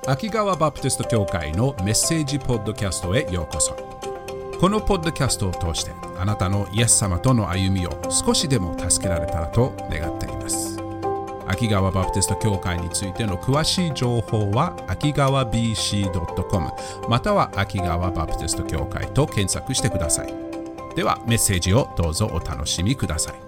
秋川バプテスト教会のメッセージポッドキャストへようこそ。このポッドキャストを通してあなたのイエス様との歩みを少しでも助けられたらと願っています。秋川バプテスト教会についての詳しい情報は秋川 BC.com または秋川バプテスト教会と検索してください。ではメッセージをどうぞお楽しみください。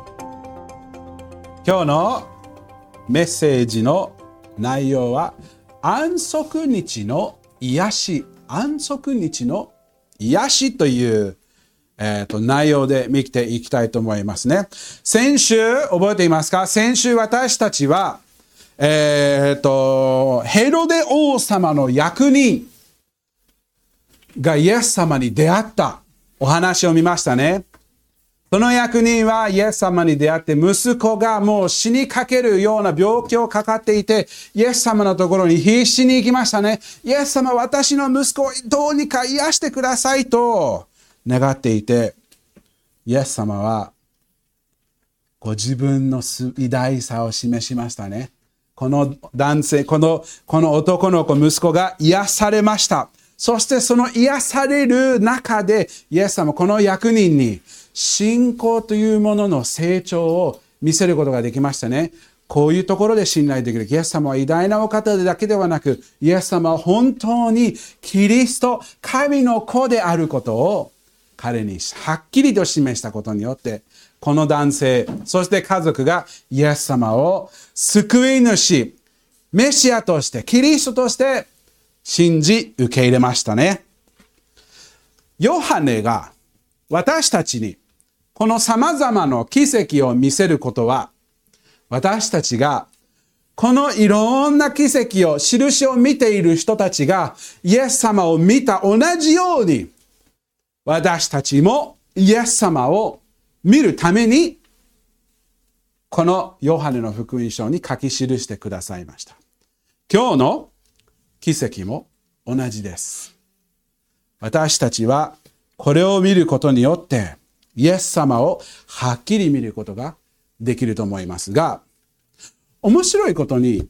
今日のメッセージの内容は安息日の癒し、安息日の癒しという、内容で見ていきたいと思いますね。先週覚えていますか？先週私たちは、ヘロデ王様の役人がイエス様に出会ったお話を見ましたね。その役人はイエス様に出会って息子がもう死にかけるような病気をかかっていてイエス様のところに必死に行きましたね。イエス様、私の息子をどうにか癒してくださいと願っていて、イエス様はご自分の偉大さを示しましたね。この男性、この男の子、息子が癒されました。そしてその癒される中でイエス様、この役人に信仰というものの成長を見せることができましたね。こういうところで信頼できる。イエス様は偉大なお方だけではなく、イエス様は本当にキリスト、神の子であることを彼にはっきりと示したことによって、この男性、そして家族がイエス様を救い主、メシアとして、キリストとして信じ受け入れましたね。ヨハネが私たちにこの様々な奇跡を見せることは、私たちがこのいろんな奇跡を、印を見ている人たちがイエス様を見た同じように、私たちもイエス様を見るために、このヨハネの福音書に書き記してくださいました。今日の奇跡も同じです。私たちはこれを見ることによって、イエス様をはっきり見ることができると思いますが、面白いことに、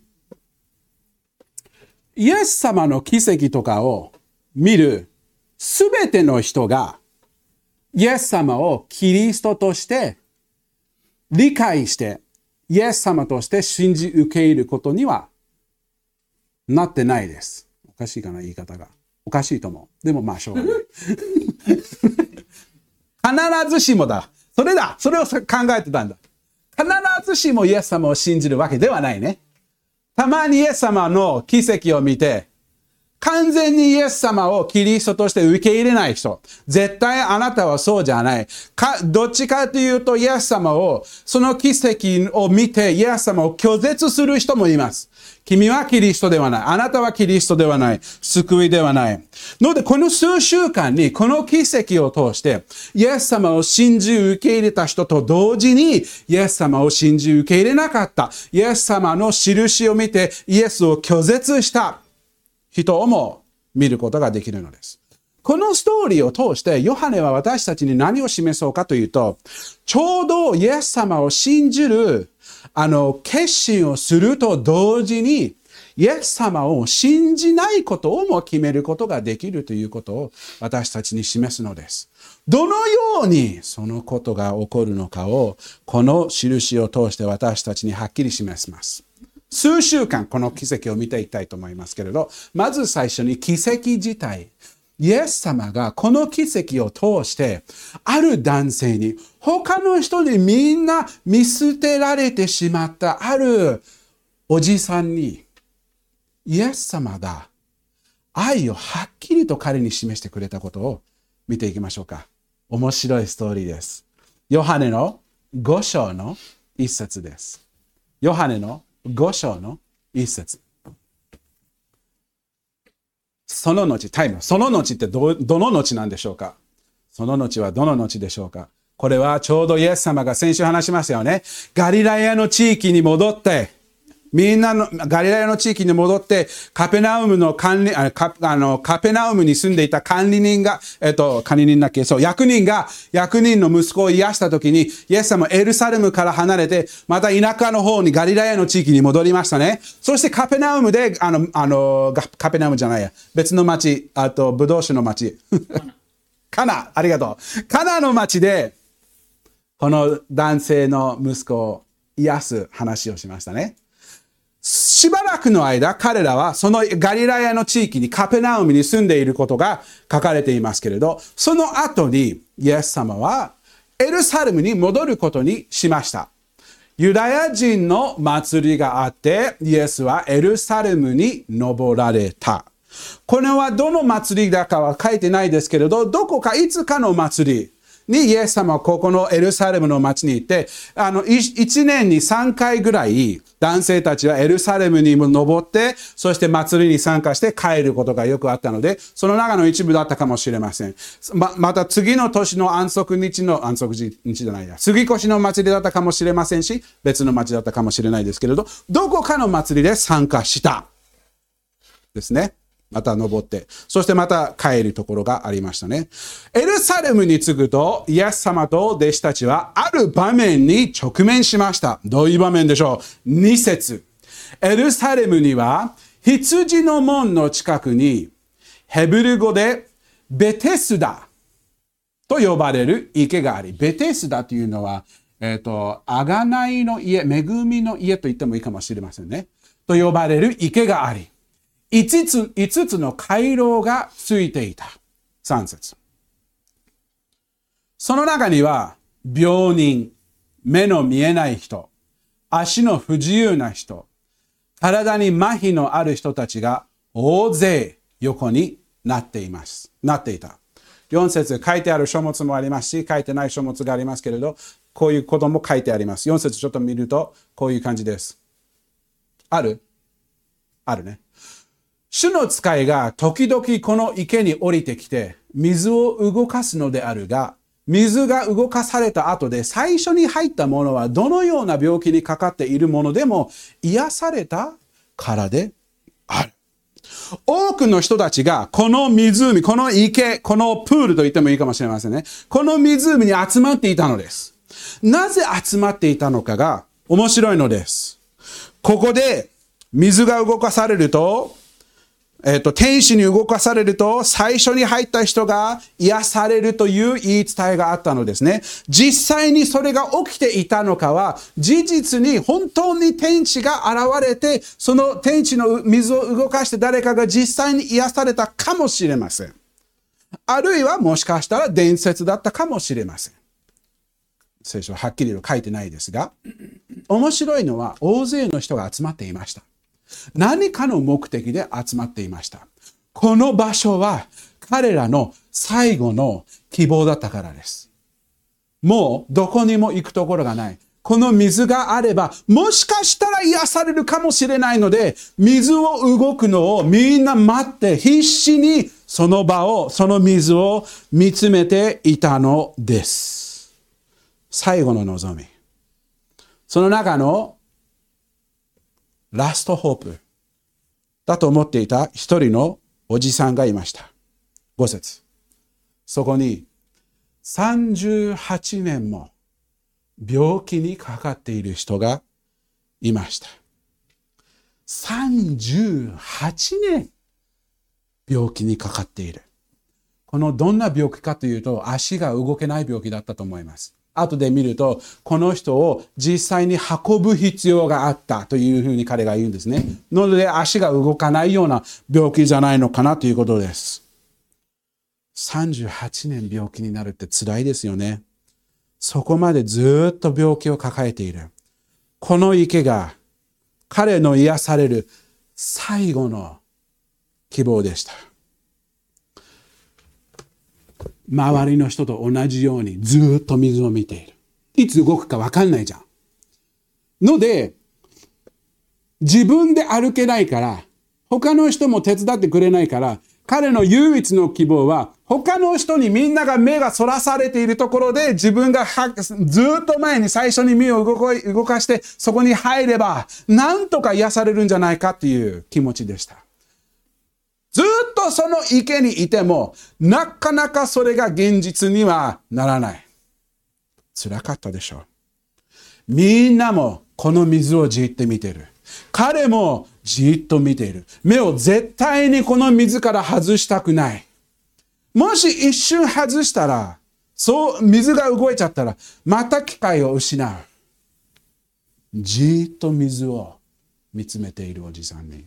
イエス様の奇跡とかを見るすべての人が、イエス様をキリストとして理解して、イエス様として信じ受け入れることにはなってないです。おかしいかな、言い方が。おかしいと思う。でもまあしょうがない。必ずしもだ。それを考えてたんだ。必ずしもイエス様を信じるわけではないね。たまにイエス様の奇跡を見て、完全にイエス様をキリストとして受け入れない人。絶対あなたはそうじゃない。どっちかというとイエス様を、その奇跡を見てイエス様を拒絶する人もいます。君はキリストではない。あなたはキリストではない。救いではない。ので、この数週間にこの奇跡を通して、イエス様を信じ受け入れた人と同時に、イエス様を信じ受け入れなかった。イエス様の印を見て、イエスを拒絶した人をも見ることができるのです。このストーリーを通して、ヨハネは私たちに何を示そうかというと、ちょうどイエス様を信じる決心をすると同時に、イエス様を信じないことをも決めることができるということを私たちに示すのです。どのようにそのことが起こるのかを、この印を通して私たちにはっきり示します。数週間この奇跡を見ていきたいと思いますけれど、まず最初に奇跡自体。イエス様がこの奇跡を通して、ある男性に、他の人にみんな見捨てられてしまったあるおじさんに、イエス様が愛をはっきりと彼に示してくれたことを見ていきましょうか。面白いストーリーです。ヨハネの5章の1節です。ヨハネの5章の1節。その後ってどの後なんでしょうか？その後はどの後でしょうか？これはちょうどイエス様が先週話しましたよね。ガリラヤの地域に戻って、 みんなのガリラヤの地域に戻ってカペナウムに住んでいた管理人が、管理人だっけ、そう、役人の息子を癒したときに、イエス様はエルサレムから離れて、また田舎の方にガリラヤの地域に戻りましたね。そしてカペナウムで、カペナウムじゃないや、別の町、ブドウ酒の町。ありがとう。カナの町で、この男性の息子を癒す話をしましたね。しばらくの間、彼らはそのガリラヤの地域にカペナウムに住んでいることが書かれていますけれど、その後にイエス様はエルサレムに戻ることにしました。ユダヤ人の祭りがあって、イエスはエルサレムに登られた。これはどの祭りだかは書いてないですけれど、どこかいつかの祭りにイエス様はここのエルサレムの町に行って、1年に3回ぐらい男性たちはエルサレムにも登って、そして祭りに参加して帰ることがよくあったので、その中の一部だったかもしれません。また次の年の杉越の祭りだったかもしれませんし、別の町だったかもしれないですけれど、どこかの祭りで参加したですね。また登って、そしてまた帰るところがありましたね。エルサレムに着くと、イエス様と弟子たちはある場面に直面しました。どういう場面でしょう？ 2 節。エルサレムには、羊の門の近くに、ヘブル語でベテスダと呼ばれる池があり、ベテスダというのは、贖いの家、恵みの家と言ってもいいかもしれませんね。と呼ばれる池があり、5つの回廊がついていた。3節。その中には、病人、目の見えない人、足の不自由な人、体に麻痺のある人たちが大勢横になっていた。4節書いてある書物もありますし、書いてない書物がありますけれど、こういうことも書いてあります。4節ちょっと見ると、こういう感じです。あるね。主の使いが時々この池に降りてきて水を動かすのであるが、水が動かされた後で最初に入ったものはどのような病気にかかっているものでも癒されたからである。多くの人たちがこの湖、この池、このプールと言ってもいいかもしれませんね。この湖に集まっていたのです。なぜ集まっていたのかが面白いのです。ここで水が動かされると、天使に動かされると、最初に入った人が癒されるという言い伝えがあったのですね。実際にそれが起きていたのかは、事実に本当に天使が現れて、その天使の水を動かして誰かが実際に癒されたかもしれません。あるいはもしかしたら伝説だったかもしれません。聖書ははっきりと書いてないですが、面白いのは大勢の人が集まっていました。何かの目的で集まっていました。この場所は彼らの最後の希望だったからです。もうどこにも行くところがない。この水があれば、もしかしたら癒されるかもしれないので、水を動くのをみんな待って必死にその場を、その水を見つめていたのです。最後の望み。その中のラストホープだと思っていた一人のおじさんがいました。5節。そこに38年も病気にかかっている人がいました。38年病気にかかっている。このどんな病気かというと、足が動けない病気だったと思います。後で見ると、この人を実際に運ぶ必要があったというふうに彼が言うんですね。なので足が動かないような病気じゃないのかなということです。38年病気になるって辛いですよね。そこまでずっと病気を抱えている。この池が彼の癒される最後の希望でした。周りの人と同じようにずっと水を見ている。いつ動くか分かんないじゃん。ので、自分で歩けないから、他の人も手伝ってくれないから、彼の唯一の希望は他の人にみんなが目がそらされているところで自分がずっと前に最初に目を動かしてそこに入ればなんとか癒されるんじゃないかっていう気持ちでした。ずっとその池にいてもなかなかそれが現実にはならない。辛かったでしょう。みんなもこの水をじっと見ている。彼もじっと見ている。目を絶対にこの水から外したくない。もし一瞬外したら、水が動いちゃったら、また機会を失う。じっと水を見つめているおじさんに。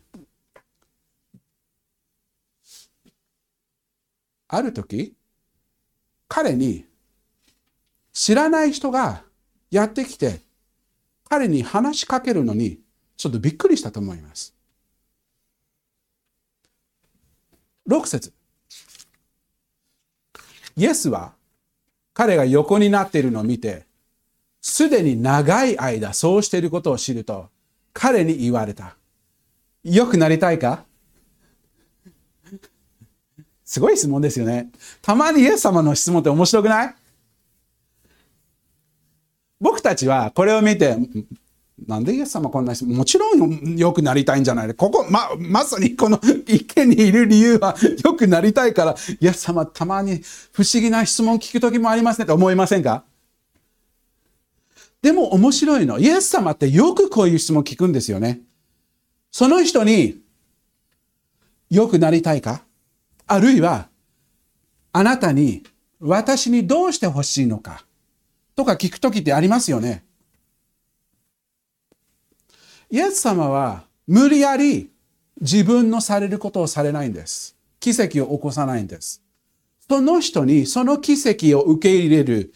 ある時、彼に知らない人がやってきて、彼に話しかけるのに、ちょっとびっくりしたと思います。6節。イエスは彼が横になっているのを見て、すでに長い間そうしていることを知ると、彼に言われた。良くなりたいか？すごい質問ですよね。たまにイエス様の質問って面白くない？僕たちはこれを見て、なんでイエス様こんな質問、もちろん良くなりたいんじゃない？ここ、まさにこの池にいる理由は良くなりたいから、イエス様たまに不思議な質問聞くときもありますねって思いませんか？でも面白いの。イエス様ってよくこういう質問聞くんですよね。その人に、良くなりたいか？あるいは、あなたに、私にどうしてほしいのかとか聞くときってありますよね。イエス様は無理やり自分のされることをされないんです。奇跡を起こさないんです。その人にその奇跡を受け入れる、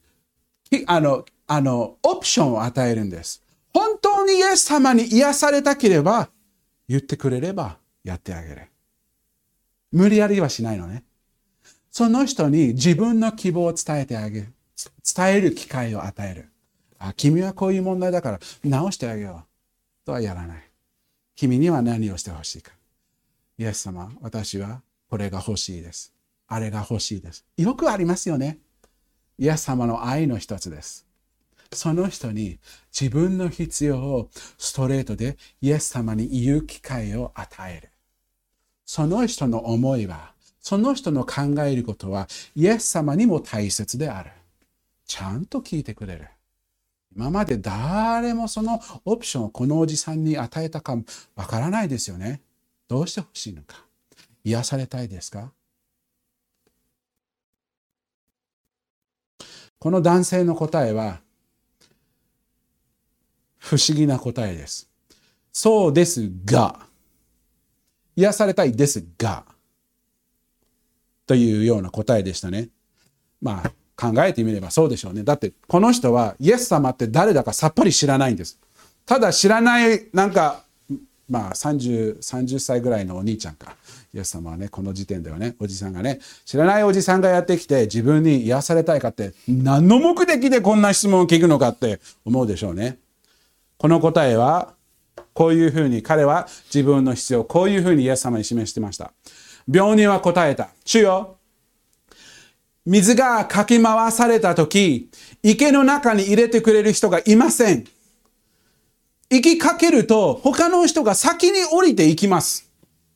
オプションを与えるんです。本当にイエス様に癒されたければ、言ってくれればやってあげる。無理やりはしないのね。その人に自分の希望を伝えてあげる。伝える機会を与える。君はこういう問題だから直してあげよう。とはやらない。君には何をしてほしいか。イエス様、私はこれが欲しいです。あれが欲しいです。よくありますよね。イエス様の愛の一つです。その人に自分の必要をストレートでイエス様に言う機会を与える。その人の思いは、その人の考えることはイエス様にも大切である。ちゃんと聞いてくれる。今まで誰もそのオプションをこのおじさんに与えたかわからないですよね。どうしてほしいのか。癒されたいですか？この男性の答えは不思議な答えです。そうですが、癒されたいですが、というような答えでしたね。考えてみればそうでしょうね。だってこの人はイエス様って誰だかさっぱり知らないんです。ただ知らない30歳ぐらいのお兄ちゃんか。イエス様はね、この時点ではね、おじさんがね、知らないおじさんがやってきて自分に癒されたいかって何の目的でこんな質問を聞くのかって思うでしょうね。この答えはこういうふうに彼は自分の必要をこういうふうにイエス様に示していました。病人は答えた。主よ、水がかき回されたとき、池の中に入れてくれる人がいません。行きかけると他の人が先に降りていきます。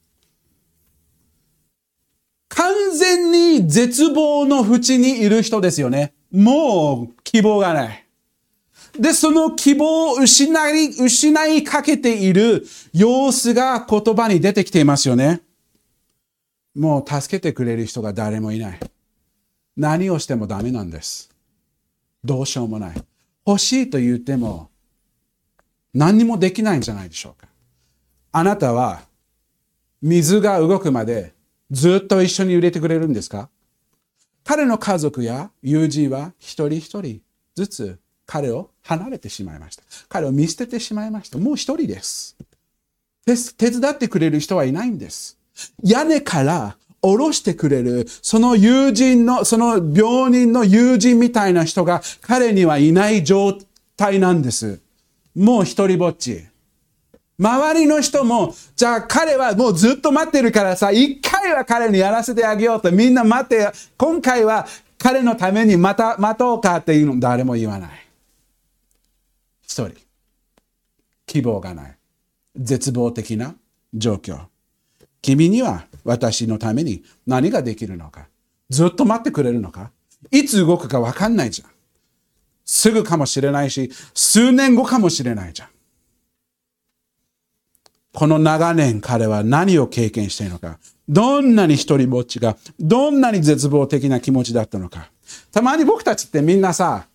完全に絶望の淵にいる人ですよね。もう希望がない。で、その希望を失いかけている様子が言葉に出てきていますよね。もう助けてくれる人が誰もいない。何をしてもダメなんです。どうしようもない。欲しいと言っても何にもできないんじゃないでしょうか。あなたは水が動くまでずっと一緒に入れてくれるんですか？彼の家族や友人は一人一人ずつ彼を離れてしまいました。彼を見捨ててしまいました。もう一人です。手伝ってくれる人はいないんです。屋根から下ろしてくれる、その病人の友人みたいな人が彼にはいない状態なんです。もう一人ぼっち。 周りの人も、じゃあ彼はもうずっと待ってるからさ、一回は彼にやらせてあげようとみんな待って、今回は彼のために待とうかっていうの誰も言わない。一人。希望がない。絶望的な状況。君には私のために何ができるのか。ずっと待ってくれるのか。いつ動くか分かんないじゃん。すぐかもしれないし、数年後かもしれないじゃん。この長年彼は何を経験しているのか。どんなに一人ぼっちが、どんなに絶望的な気持ちだったのか。たまに僕たちってみんなさ、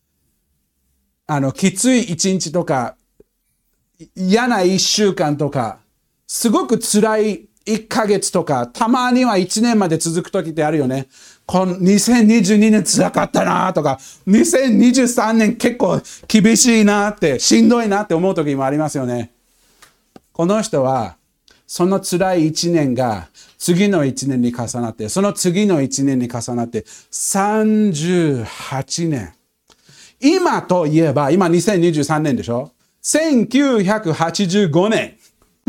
きつい一日とか、嫌な一週間とか、すごく辛い1ヶ月とか、たまには1年まで続く時ってあるよね。2022年辛かったなとか、2023年結構厳しいなって、しんどいなって思う時もありますよね。この人は、その辛い1年が次の1年に重なって、その次の1年に重なって、38年。今といえば、今2023年でしょ ?1985 年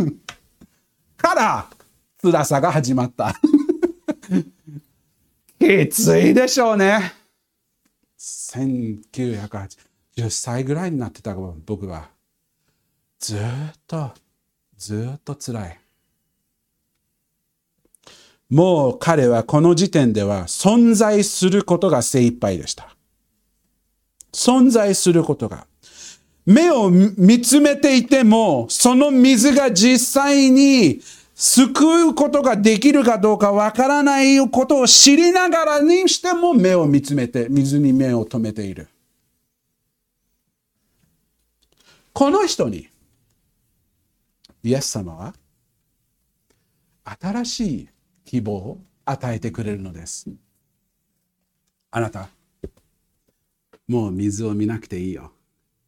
から辛さが始まった。きついでしょうね。1980歳ぐらいになってた僕は。ずっと辛い。もう彼はこの時点では存在することが精一杯でした。存在することが。目を見つめていても、その水が実際に救うことができるかどうかわからないことを知りながらにしても目を見つめて、水に目を留めている。この人に、イエス様は新しい希望を与えてくれるのです。あなた、もう水を見なくていいよ。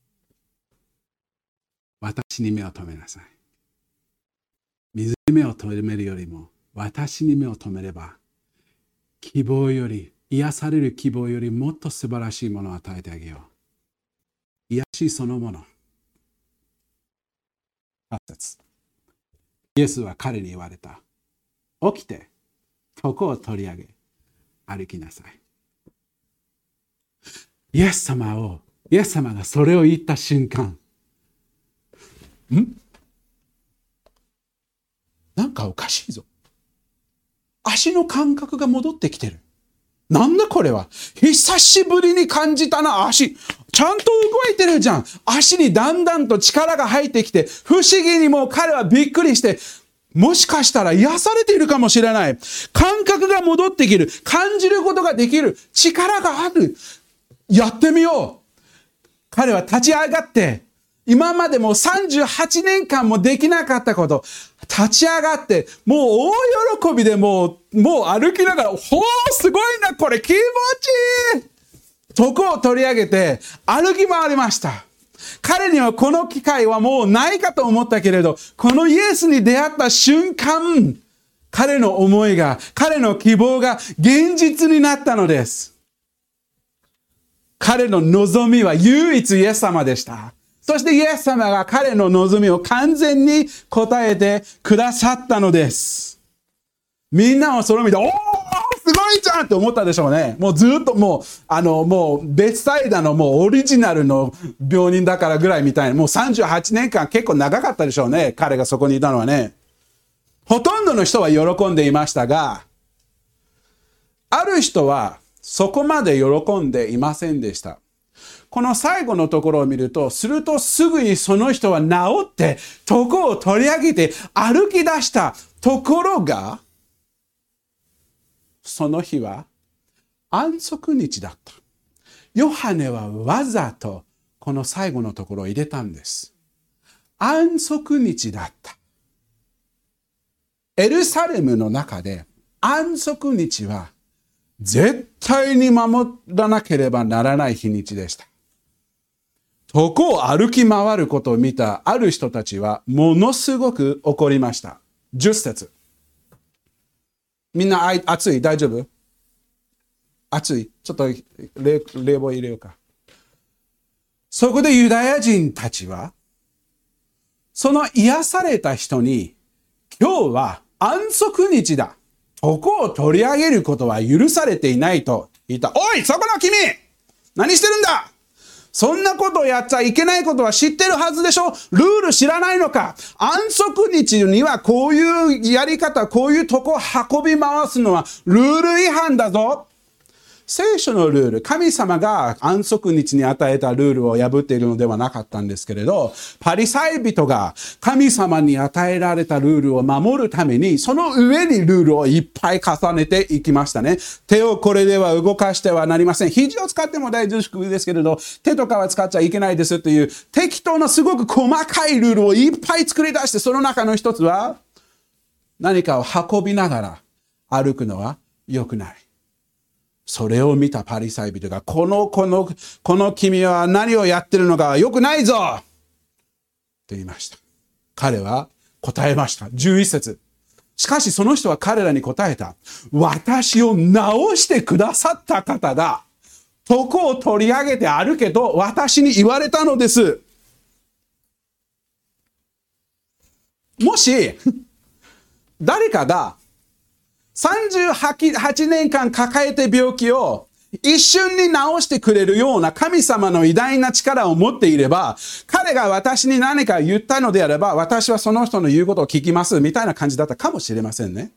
私に目を留めなさい。水に目を留めるよりも、私に目を留めれば、希望より、癒される希望よりもっと素晴らしいものを与えてあげよう。癒しそのもの。8節。イエスは彼に言われた。起きて、床を取り上げ、歩きなさい。イエス様がそれを言った瞬間、なんかおかしいぞ。足の感覚が戻ってきてる。なんだこれは。久しぶりに感じたな、足。ちゃんと動いてるじゃん。足にだんだんと力が入ってきて、不思議にも彼はびっくりして、もしかしたら癒されているかもしれない。感覚が戻ってきる。感じることができる。力がある。やってみよう。彼は立ち上がって、今までも38年間もできなかったこと、立ち上がって、もう大喜びでもう歩きながら、すごいな、これ気持ちいい。床を取り上げて歩き回りました。彼にはこの機会はもうないかと思ったけれど、このイエスに出会った瞬間、彼の思いが、彼の希望が現実になったのです。彼の望みは唯一イエス様でした。そしてイエス様が彼の望みを完全に答えてくださったのです。みんなはそれを見て、すごいじゃんって思ったでしょうね。もうずっともうベツサイダのもうオリジナルの病人だからぐらいみたいな、もう38年間結構長かったでしょうね。彼がそこにいたのはね。ほとんどの人は喜んでいましたが、ある人はそこまで喜んでいませんでした。この最後のところを見ると、するとすぐにその人は治って、床を取り上げて歩き出したところが、その日は安息日だった。ヨハネはわざとこの最後のところを入れたんです。安息日だった。エルサレムの中で安息日は絶対に守らなければならない日にちでした。床を歩き回ることを見たある人たちはものすごく怒りました。10節。みんな暑い？大丈夫？暑い？ちょっと冷房入れようか。そこでユダヤ人たちはその癒された人に、今日は安息日だ。床を取り上げることは許されていないと言った。おい、そこの君！何してるんだ！そんなことをやっちゃいけないことは知ってるはずでしょ？ルール知らないのか？安息日にはこういうやり方、こういうとこ運び回すのはルール違反だぞ。聖書のルール、神様が安息日に与えたルールを破っているのではなかったんですけれど、パリサイ人が神様に与えられたルールを守るために、その上にルールをいっぱい重ねていきましたね。手をこれでは動かしてはなりません。肘を使っても大丈夫ですけれど、手とかは使っちゃいけないですという適当なすごく細かいルールをいっぱい作り出して、その中の一つは、何かを運びながら歩くのは良くない。それを見たパリサイ人が、この君は何をやってるのか良くないぞと言いました。彼は答えました。11節。しかしその人は彼らに答えた。私を治してくださった方が、床を取り上げて歩けと私に言われたのです。もし、誰かが、38年間抱えて病気を一瞬に治してくれるような神様の偉大な力を持っていれば、彼が私に何か言ったのであれば、私はその人の言うことを聞きますみたいな感じだったかもしれませんね。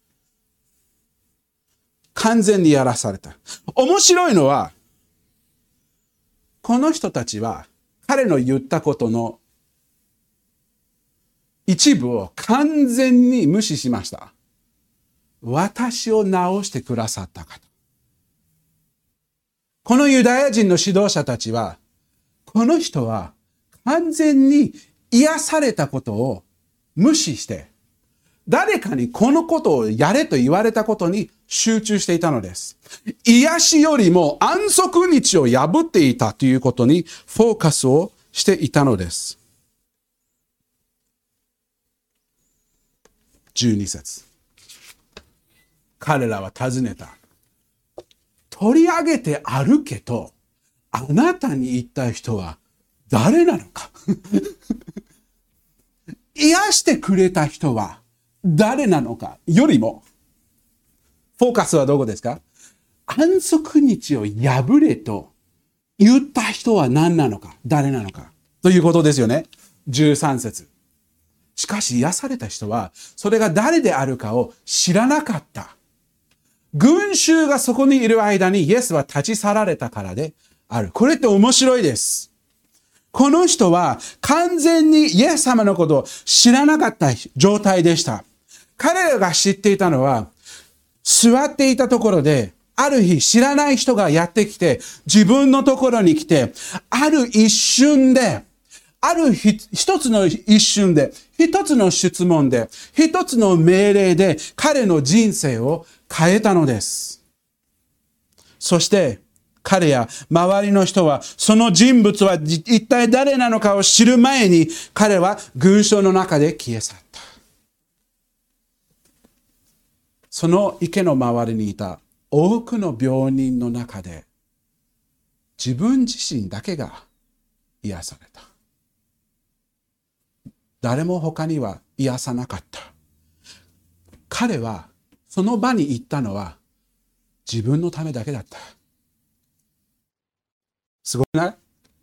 完全にやらされた。面白いのは、この人たちは彼の言ったことの一部を完全に無視しました。私を治してくださった方。このユダヤ人の指導者たちは、この人は完全に癒されたことを無視して、誰かにこのことをやれと言われたことに集中していたのです。癒しよりも安息日を破っていたということにフォーカスをしていたのです。12節。彼らは尋ねた。取り上げて歩けと、あなたに言った人は誰なのか癒してくれた人は誰なのかよりも、フォーカスはどこですか？安息日を破れと言った人は何なのか、誰なのかということですよね。13節。しかし癒された人はそれが誰であるかを知らなかった。群衆がそこにいる間にイエスは立ち去られたからである。これって面白いです。この人は完全にイエス様のことを知らなかった状態でした。彼らが知っていたのは、座っていたところで、ある日知らない人がやってきて、自分のところに来て、ある一瞬で、一つの一瞬で、一つの質問で、一つの命令で彼の人生を変えたのです。そして彼や周りの人はその人物は一体誰なのかを知る前に彼は群衆の中で消え去った。その池の周りにいた多くの病人の中で自分自身だけが癒された。誰も他には癒さなかった。彼はその場に行ったのは自分のためだけだった。すごくない？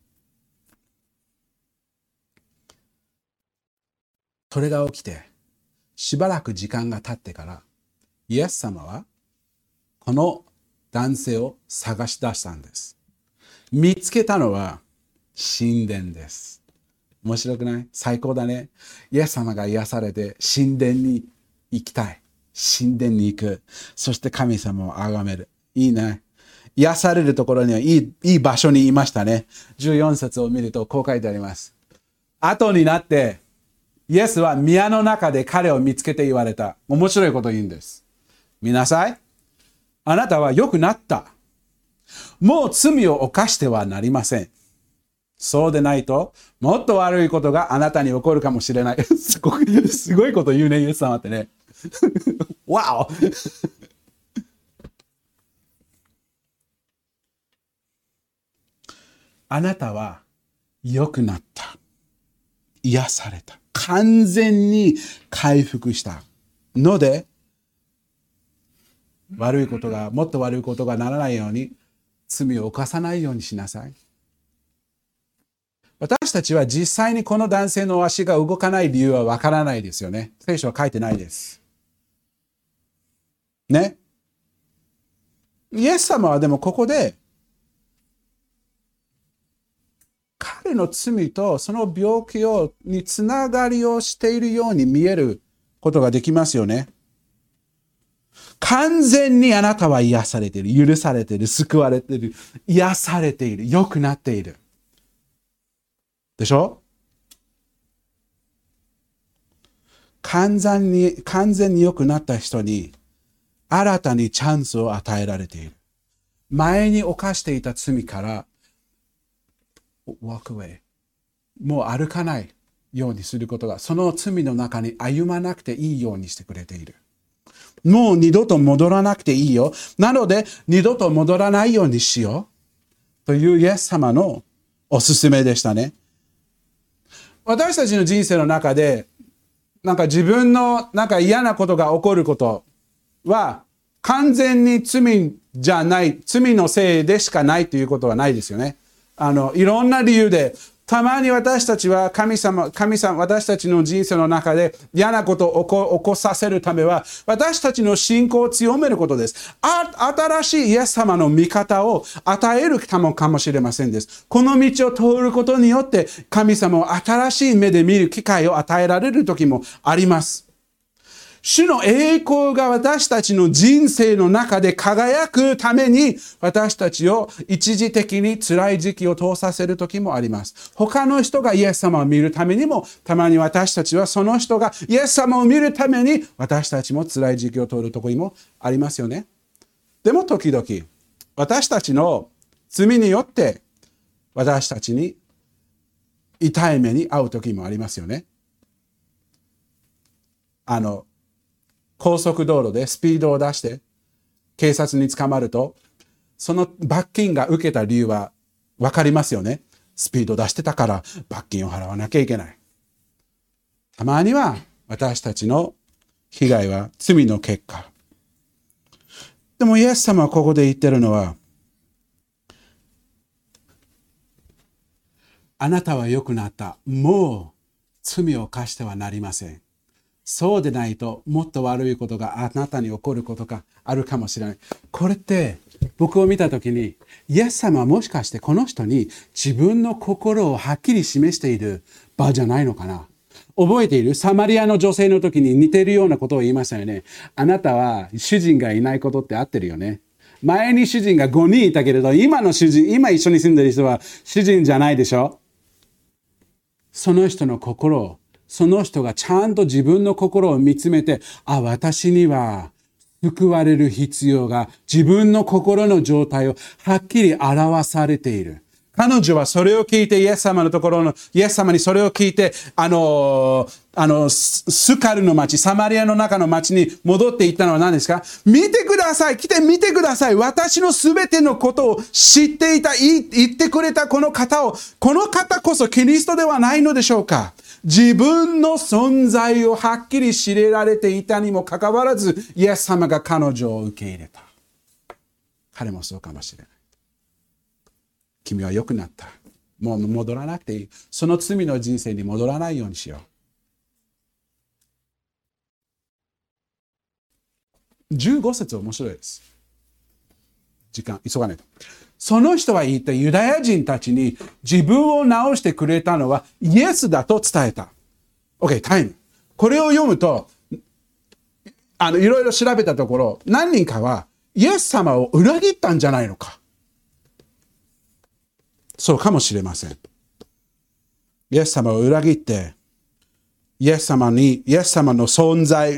それが起きてしばらく時間が経ってからイエス様はこの男性を探し出したんです。見つけたのは神殿です。面白くない？最高だね。イエス様が癒されて神殿に行きたい。神殿に行く。そして神様を崇める。いいね。癒されるところにはいい場所にいましたね。14節を見るとこう書いてあります。後になってイエスは宮の中で彼を見つけて言われた。面白いことを言うんです。見なさい。あなたは良くなった。もう罪を犯してはなりません。そうでないと、もっと悪いことがあなたに起こるかもしれない。すごいこと言うね、イエス様ってね。わおあなたは良くなった。癒された。 完全に回復したので、もっと悪いことがならないように、罪を犯さないようにしなさい。私たちは実際にこの男性の足が動かない理由はわからないですよね。聖書は書いてないです。ね。イエス様はでもここで、彼の罪とその病気につながりをしているように見えることができますよね。完全にあなたは癒されている、許されている、救われている、癒されている、良くなっている。でしょ？完全に良くなった人に新たにチャンスを与えられている。前に犯していた罪からwalk away。もう歩かないようにすることが、その罪の中に歩まなくていいようにしてくれている。もう二度と戻らなくていいよ。なので、二度と戻らないようにしよう。というイエス様のおすすめでしたね。私たちの人生の中で、自分の嫌なことが起こることは、完全に罪じゃない、罪のせいでしかないということはないですよね。いろんな理由で、たまに私たちは神様、私たちの人生の中で嫌なことを起こさせるためは、私たちの信仰を強めることです。新しいイエス様の味方を与えるためかもしれませんです。この道を通ることによって、神様を新しい目で見る機会を与えられる時もあります。主の栄光が私たちの人生の中で輝くために、私たちを一時的に辛い時期を通させる時もあります。他の人がイエス様を見るためにも、たまに私たちはその人がイエス様を見るために、私たちも辛い時期を通る時もありますよね。でも時々、私たちの罪によって、私たちに痛い目に遭う時もありますよね。高速道路でスピードを出して警察に捕まると、その罰金が受けた理由は分かりますよね。スピード出してたから罰金を払わなきゃいけない。たまには私たちの被害は罪の結果。でもイエス様はここで言ってるのは、あなたは良くなった。もう罪を犯してはなりません。そうでないと、もっと悪いことがあなたに起こることがあるかもしれない。これって僕を見たときに、イエス様はもしかしてこの人に自分の心をはっきり示している場じゃないのかな。覚えている？サマリアの女性の時に似ているようなことを言いましたよね。あなたは主人がいないことって合ってるよね。前に主人が5人いたけれど、今一緒に住んでる人は主人じゃないでしょ。その人の心を、その人がちゃんと自分の心を見つめて、私には救われる必要が、自分の心の状態をはっきり表されている。彼女はそれを聞いて、イエス様にそれを聞いて、スカルの町、サマリアの中の町に戻っていったのは何ですか？見てください！来て見てください！私のすべてのことを知っていた、言ってくれたこの方こそキリストではないのでしょうか？自分の存在をはっきり知れられていたにもかかわらず、イエス様が彼女を受け入れた。彼もそうかもしれない。君は良くなった。もう戻らなくていい。その罪の人生に戻らないようにしよう。15節面白いです。時間、急がないと。その人は言って、ユダヤ人たちに自分を治してくれたのはイエスだと伝えた。OK、タイム。これを読むと、いろいろ調べたところ、何人かはイエス様を裏切ったんじゃないのか。そうかもしれません。イエス様を裏切って、イエス様の存在、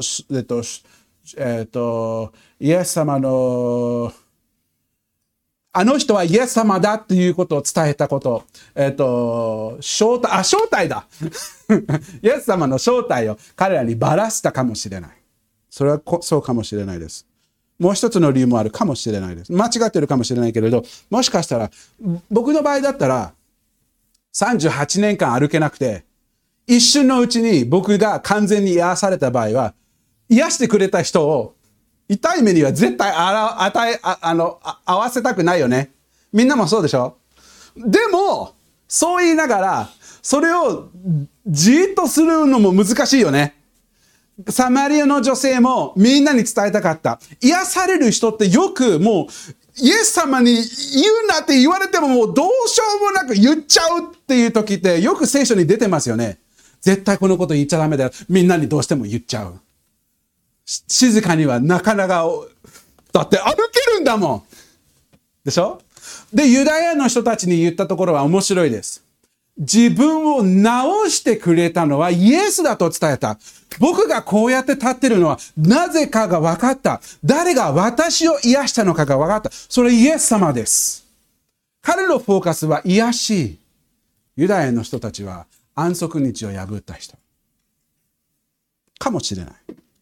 イエス様の、あの人はイエス様だということを伝えたこと、正体だ。イエス様の正体を彼らにばらしたかもしれない。それはそうかもしれないです。もう一つの理由もあるかもしれないです。間違ってるかもしれないけれど、もしかしたら、僕の場合だったら、38年間歩けなくて、 一瞬のうちに僕が完全に癒された場合は、癒してくれた人を痛い目には絶対合わせたくないよね。みんなもそうでしょ？でも、そう言いながら、それをじーっとするのも難しいよね。サマリアの女性もみんなに伝えたかった。癒される人ってよくもう、イエス様に言うなって言われてももうどうしようもなく言っちゃうっていう時ってよく聖書に出てますよね。絶対このこと言っちゃダメだよ。みんなにどうしても言っちゃう。静かにはなかなか、だって歩けるんだもん。でしょ？で、ユダヤの人たちに言ったところは面白いです。自分を治してくれたのはイエスだと伝えた。僕がこうやって立ってるのはなぜかが分かった。誰が私を癒したのかが分かった。それイエス様です。彼のフォーカスは癒し。ユダヤの人たちは安息日を破った人。かもしれない。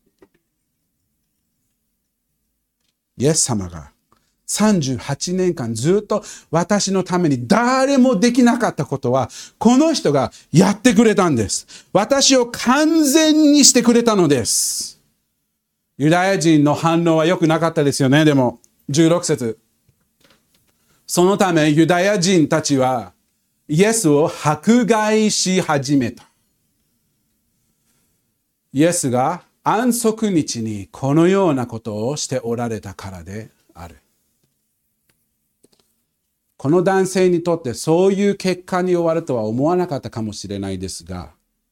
イエス様が38年間ずっと私のために誰もできなかったことは、この人がやってくれたんです。私を完全にしてくれたのです。ユダヤ人の反応は良くなかったですよね。でも、16節。そのためユダヤ人たちはイエスを迫害し始めた。イエスが安息日にこのようなことをしておられたからである。この男性にとってそういう結果に終わるとは思わなかったかもしれないですが、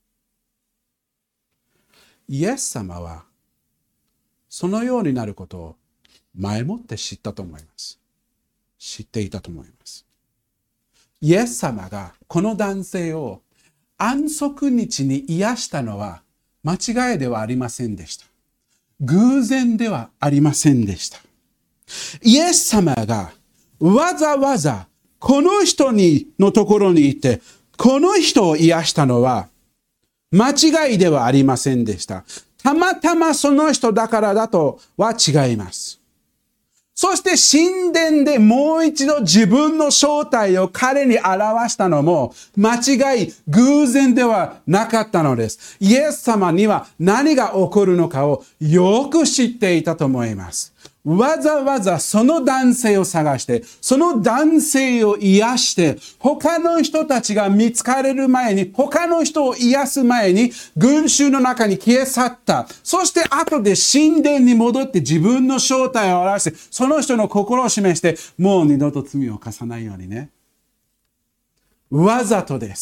イエス様はそのようになることを前もって知ったと思います。知っていたと思います。イエス様がこの男性を安息日に癒したのは間違いではありませんでした。偶然ではありませんでした。イエス様がわざわざこの人のところに行って、この人を癒したのは間違いではありませんでした。たまたまその人だからだとは違います。そして神殿でもう一度自分の正体を彼に表したのも間違い、偶然ではなかったのです。イエス様には何が起こるのかをよく知っていたと思います。わざわざその男性を探して、その男性を癒して、他の人たちが見つかれる前に、他の人を癒す前に、群衆の中に消え去った。そして後で神殿に戻って自分の正体を表して、その人の心を示して、もう二度と罪を犯さないようにね。わざとです。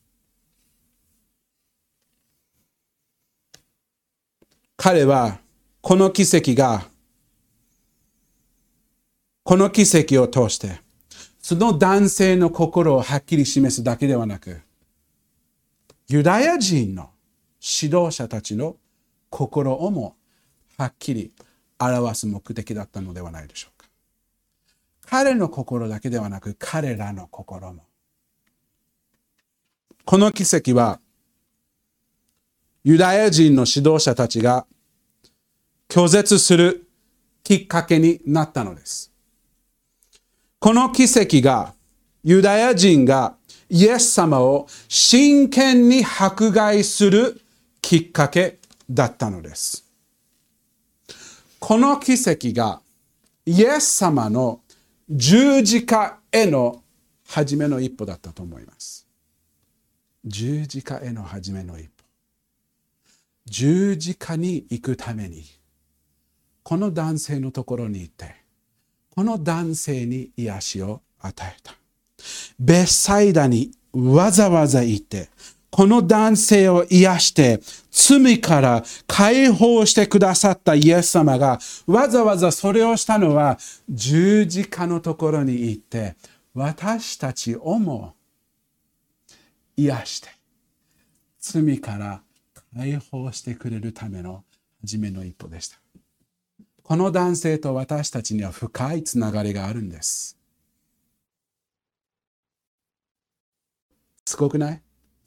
彼は、この奇跡を通して、その男性の心をはっきり示すだけではなく、ユダヤ人の指導者たちの心をもはっきり表す目的だったのではないでしょうか。彼の心だけではなく、彼らの心も。この奇跡は、ユダヤ人の指導者たちが拒絶するきっかけになったのです。この奇跡がユダヤ人がイエス様を真剣に迫害するきっかけだったのです。この奇跡がイエス様の十字架への初めの一歩だったと思います。十字架への初めの一歩。十字架に行くためにこの男性のところに行って、この男性に癒しを与えた。ベサイダにわざわざ行って、この男性を癒して、罪から解放してくださったイエス様が、わざわざそれをしたのは、十字架のところに行って、私たちをも癒して、罪から解放してくれるための初めの一歩でした。この男性と私たちには深いつながりがあるんです。すごくない？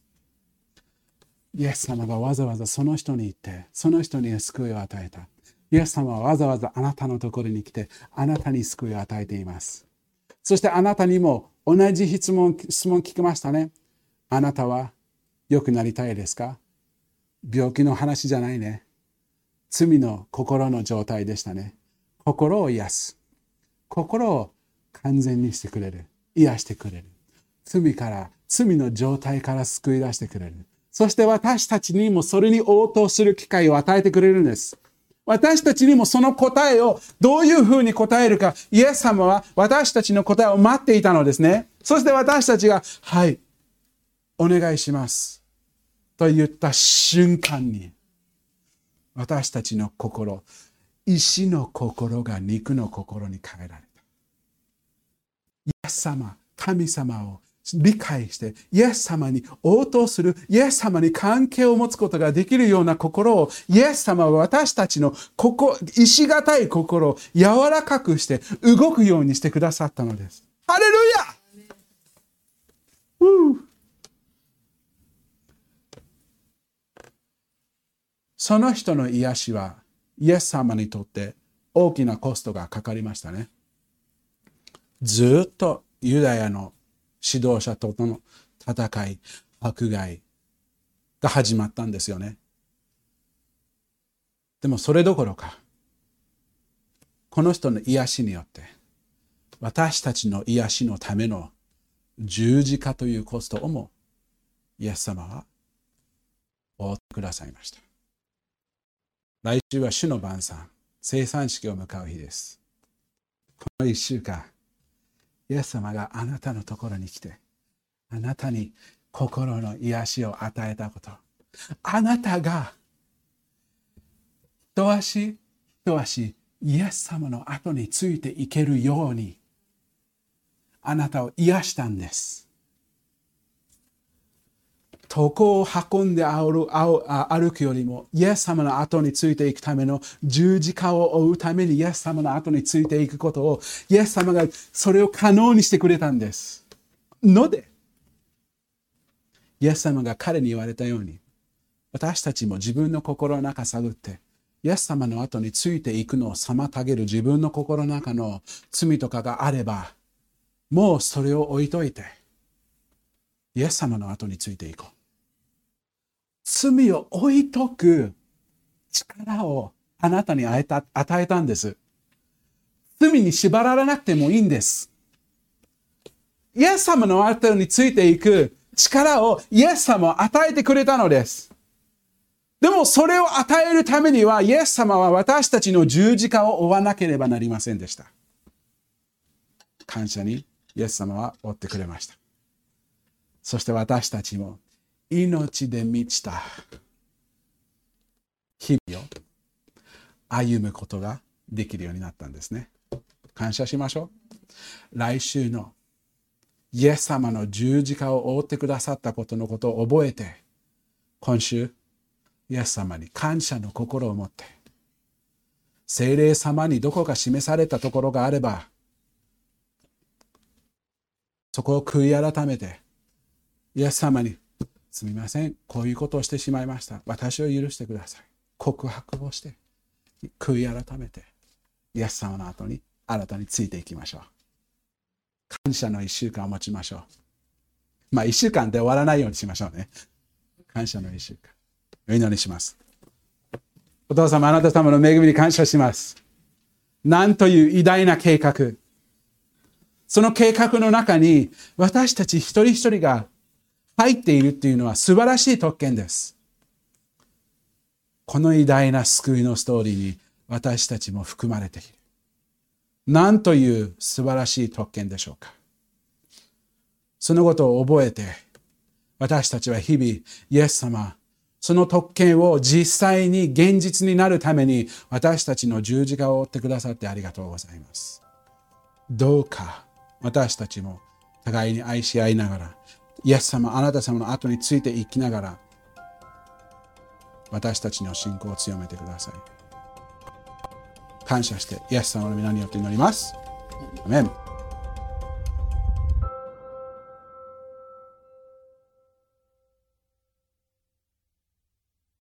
イエス様がわざわざその人に行って、その人に救いを与えた。イエス様はわざわざあなたのところに来て、あなたに救いを与えています。そしてあなたにも同じ質問聞きましたね。あなたは良くなりたいですか？病気の話じゃないね。罪の心の状態でしたね。心を癒す。心を完全にしてくれる。癒してくれる。罪の状態から救い出してくれる。そして私たちにもそれに応答する機会を与えてくれるんです。私たちにもその答えをどういうふうに答えるか、イエス様は私たちの答えを待っていたのですね。そして私たちが、はい、お願いします。と言った瞬間に、私たちの心、石の心が肉の心に変えられた。イエス様、神様を理解して、イエス様に応答する、イエス様に関係を持つことができるような心を、イエス様は私たちの石堅い心を柔らかくして動くようにしてくださったのです。ハレルヤ！その人の癒しは、イエス様にとって大きなコストがかかりましたね。ずっとユダヤの指導者との戦い、迫害が始まったんですよね。でもそれどころか、この人の癒しによって、私たちの癒しのための十字架というコストをも、イエス様は負ってくださいました。来週は主の晩餐、聖餐式を迎う日です。この1週間、イエス様があなたのところに来て、あなたに心の癒しを与えたこと、あなたが一足一足イエス様の後についていけるように、あなたを癒したんです。床を運んで歩くよりも、イエス様の後についていくための十字架を追うためにイエス様の後についていくことを、イエス様がそれを可能にしてくれたんです。ので、イエス様が彼に言われたように、私たちも自分の心の中探って、イエス様の後についていくのを妨げる自分の心の中の罪とかがあれば、もうそれを置いといて、イエス様の後についていこう。罪を置いとく力をあなたに与えたんです。罪に縛られなくてもいいんです。イエス様の後についていく力をイエス様は与えてくれたのです。でもそれを与えるためには、イエス様は私たちの十字架を追わなければなりませんでした。感謝にイエス様は追ってくれました。そして私たちも命で満ちた日々を歩むことができるようになったんですね。感謝しましょう。来週のイエス様の十字架を追ってくださったことのことを覚えて、今週イエス様に感謝の心を持って、聖霊様にどこか示されたところがあれば、そこを悔い改めて、イエス様に、すみません、こういうことをしてしまいました。私を許してください。告白をして、悔い改めて、イエス様の後に新たについていきましょう。感謝の1週間を持ちましょう。1週間で終わらないようにしましょうね。感謝の1週間。お祈りします。お父様、あなた様の恵みに感謝します。なんという偉大な計画。その計画の中に私たち一人一人が入っているっていうのは素晴らしい特権です。この偉大な救いのストーリーに私たちも含まれている。なんという素晴らしい特権でしょうか。そのことを覚えて、私たちは日々、イエス様、その特権を実際に現実になるために私たちの十字架を追ってくださってありがとうございます。どうか私たちも互いに愛し合いながら、イエス様、あなた様の後についていきながら、私たちの信仰を強めてください。感謝して、イエス様の皆によって祈ります。アメン。